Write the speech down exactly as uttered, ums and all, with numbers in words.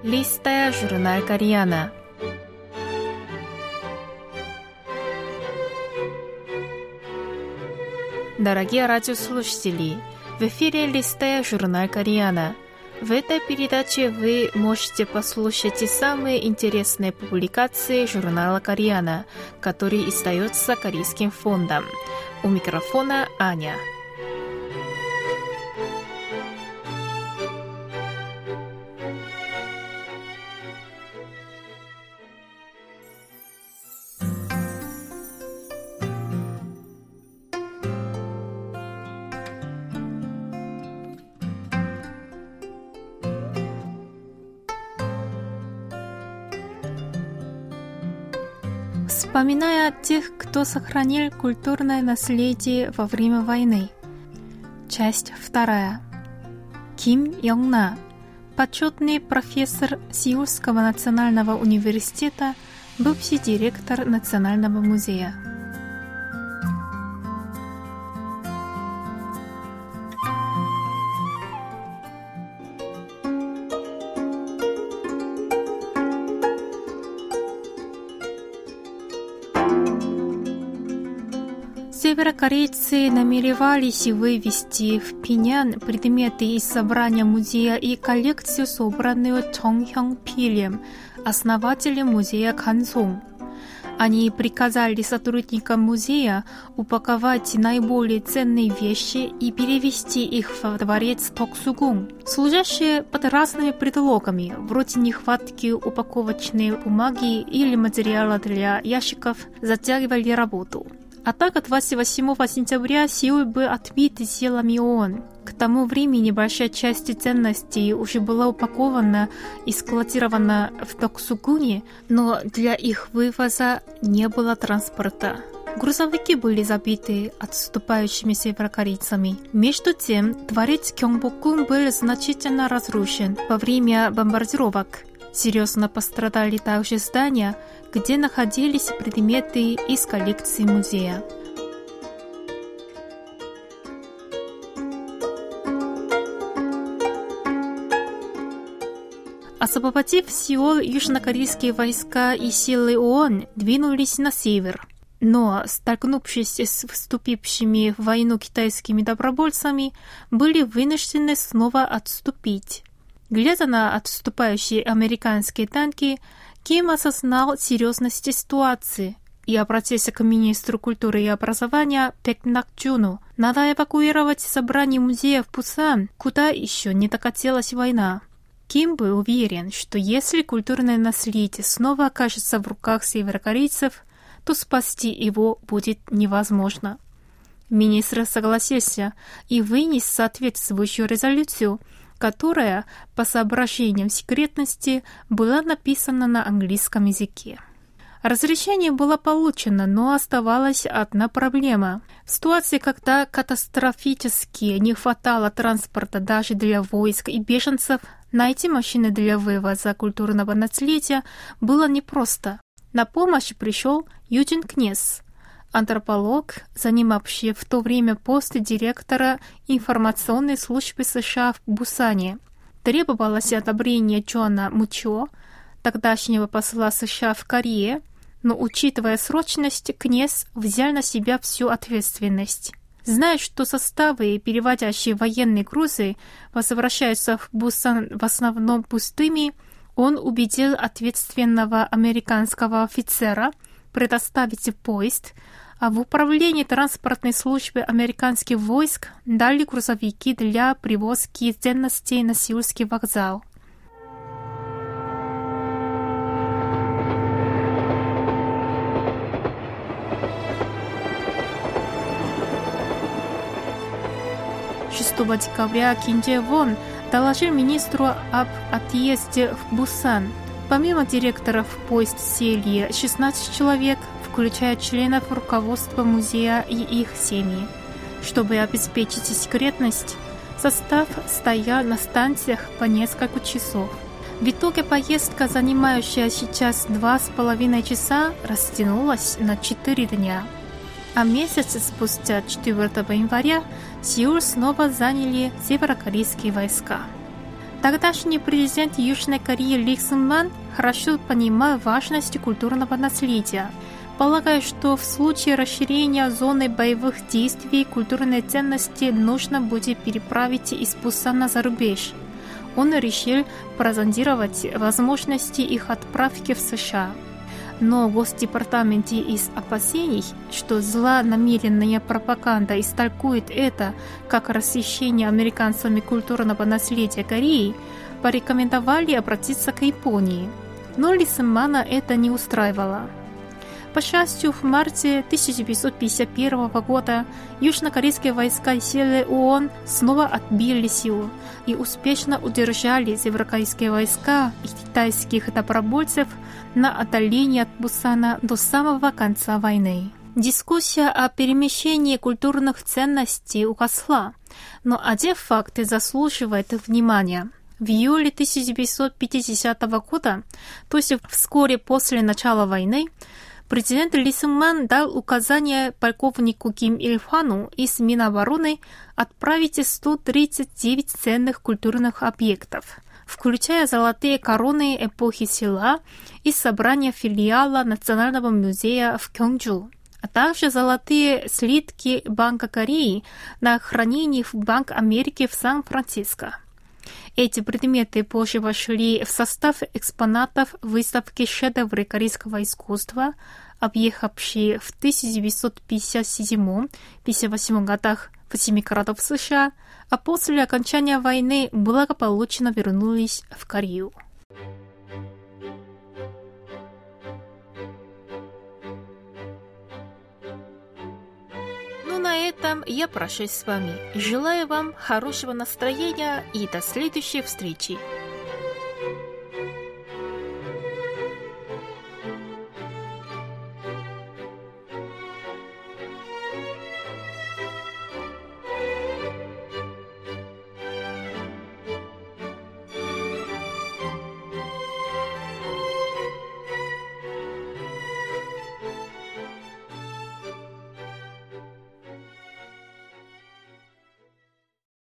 Листая журнал Кореяна. Дорогие радиослушатели, в эфире «Листая журнал Кореяна». В этой передаче вы можете послушать самые интересные публикации журнала Кореяна, который издается Корейским фондом. У микрофона Аня. Вспоминая тех, кто сохранил культурное наследие во время войны. Часть вторая. Ким Йонг-на, почетный профессор Сеульского национального университета, бывший директор Национального музея. Северокорейцы намеревались вывести в Пинян предметы из собрания музея и коллекцию, собранную Чон Хёng-Пилем, основателем музея Кансong. Они приказали сотрудникам музея упаковать наиболее ценные вещи и перевести их во дворец Токсугун, служащие под разными предлогами, вроде нехватки упаковочной бумаги или материала для ящиков, затягивали работу. Атака двадцать восьмого сентября Сеул был отбит силами ООН. К тому времени большая часть ценностей уже была упакована и складирована в Токсугуне, но для их вывоза не было транспорта. Грузовики были забиты отступающими северокорейцами. Между тем, дворец Кёнgbokgung был значительно разрушен во время бомбардировок. Серьезно пострадали также здания, где находились предметы из коллекции музея. Освободив Сеул, южнокорейские войска и силы ООН двинулись на север. Но, столкнувшись с вступившими в войну китайскими добровольцами, были вынуждены снова отступить. Глядя на отступающие американские танки, Ким осознал серьезность ситуации и обратился к министру культуры и образования Пек Нак-джуну. Надо эвакуировать собрание музея в Пусан, куда еще не докатилась война. Ким был уверен, что если культурное наследие снова окажется в руках северокорейцев, то спасти его будет невозможно. Министр согласился и вынес соответствующую резолюцию, которая, по соображениям секретности, была написана на английском языке. Разрешение было получено, но оставалась одна проблема. В ситуации, когда катастрофически не хватало транспорта даже для войск и беженцев, найти машины для вывоза культурного наследия было непросто. На помощь пришел Юджин Кнес, антрополог, занимавший в то время пост директора информационной службы США в Бусане. Требовалось одобрение Джона Мучо, тогдашнего посла США в Корее, но, учитывая срочность, Кнес взял на себя всю ответственность. Зная, что составы, переводящие военные грузы, возвращаются в Бусан в основном пустыми, он убедил ответственного американского офицера предоставить поезд, а в управлении транспортной службы американских войск дали грузовики для привозки ценностей на Сеульский вокзал. шестого декабря Ким Чжэ Вон доложил министру об отъезде в Бусан. Помимо директоров в поезд сели шестнадцать человек, включая членов руководства музея и их семьи. Чтобы обеспечить секретность, состав стоял на станциях по несколько часов. В итоге поездка, занимающая сейчас два с половиной часа, растянулась на четыре дня. А месяц спустя, четвёртого января, Сеул снова заняли северокорейские войска. Тогдашний президент Южной Кореи Ли Сун-ман хорошо понимал важность культурного наследия, полагая, что в случае расширения зоны боевых действий культурные ценности нужно будет переправить из Пусана за рубеж. Он решил прозондировать возможности их отправки в США. Но Госдепартамент из опасений, что злонамеренная пропаганда истолкует это как расхищение американцами культурного наследия Кореи, порекомендовали обратиться к Японии. Но Ли Сун-мана это не устраивало. По счастью, в марте тысяча девятьсот пятьдесят первого года южнокорейские войска и силы ООН снова отбили Сеул и успешно удержали северокорейские войска и китайских добровольцев на отдалении от Пусана до самого конца войны. Дискуссия о перемещении культурных ценностей угасла, но один факт заслуживает внимания. В июле тысяча девятьсот пятидесятого года, то есть вскоре после начала войны, президент Ли Сун-ман дал указание полковнику Ким Иль-хвану из Минобороны отправить сто тридцать девять ценных культурных объектов, включая золотые короны эпохи Сила и собрание филиала Национального музея в Кёнджу, а также золотые слитки Банка Кореи на хранение в Банк Америки в Сан-Франциско. Эти предметы позже вошли в состав экспонатов выставки «Шедевры корейского искусства», объехавшей в тысяча девятьсот пятьдесят седьмом — пятьдесят восьмом годах в семи городах США, а после окончания войны благополучно вернулись в Корею. На этом я прощаюсь с вами. Желаю вам хорошего настроения и до следующей встречи.